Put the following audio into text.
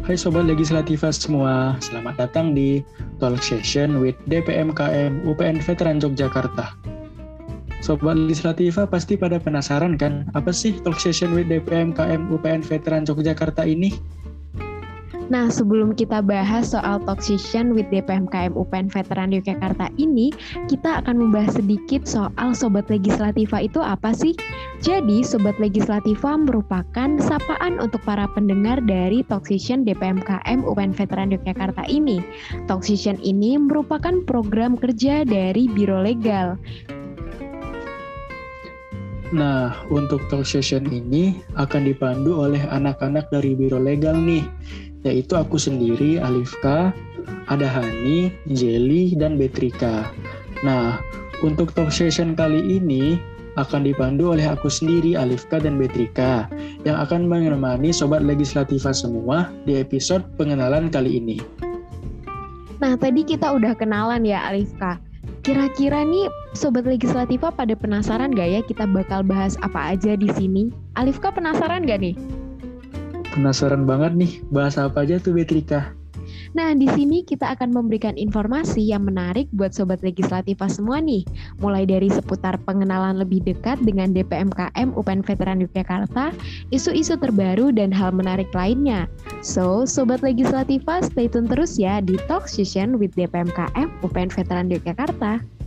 Hai Sobat Legislativa semua, selamat datang di Talk Session with DPMKM UPN Veteran Yogyakarta. Sobat Legislativa pasti pada penasaran kan, apa sih Talk Session with DPMKM UPN Veteran Yogyakarta ini? Nah, sebelum kita bahas soal Talk Session with DPMKM UPN Veteran Yogyakarta ini, kita akan membahas sedikit soal Sobat Legislativa itu apa sih? Jadi, Sobat Legislativa merupakan sapaan untuk para pendengar dari Talk Session DPMKM UPN Veteran Yogyakarta ini. Talk Session ini merupakan program kerja dari Biro Legal. Nah, untuk Talk Session ini akan dipandu oleh anak-anak dari Biro Legal nih, yaitu aku sendiri, Alifka, ada Hani, Jelly, dan Betrika. Nah, untuk Talk Session kali ini akan dipandu oleh aku sendiri, Alifka dan Betrika, yang akan menemani Sobat Legislativa semua di episode pengenalan kali ini. Nah, tadi kita udah kenalan ya, Alifka. Kira-kira nih Sobat Legislativa pada penasaran gak ya kita bakal bahas apa aja di sini? Alifka penasaran gak nih? Penasaran banget nih, bahas apa aja tuh Betrika? Nah, di sini kita akan memberikan informasi yang menarik buat Sobat Legislativa semua nih. Mulai dari seputar pengenalan lebih dekat dengan DPMKM UPN Veteran Yogyakarta, isu-isu terbaru, dan hal menarik lainnya. So, Sobat Legislativa stay tune terus ya di Talk Session with DPMKM UPN Veteran Yogyakarta.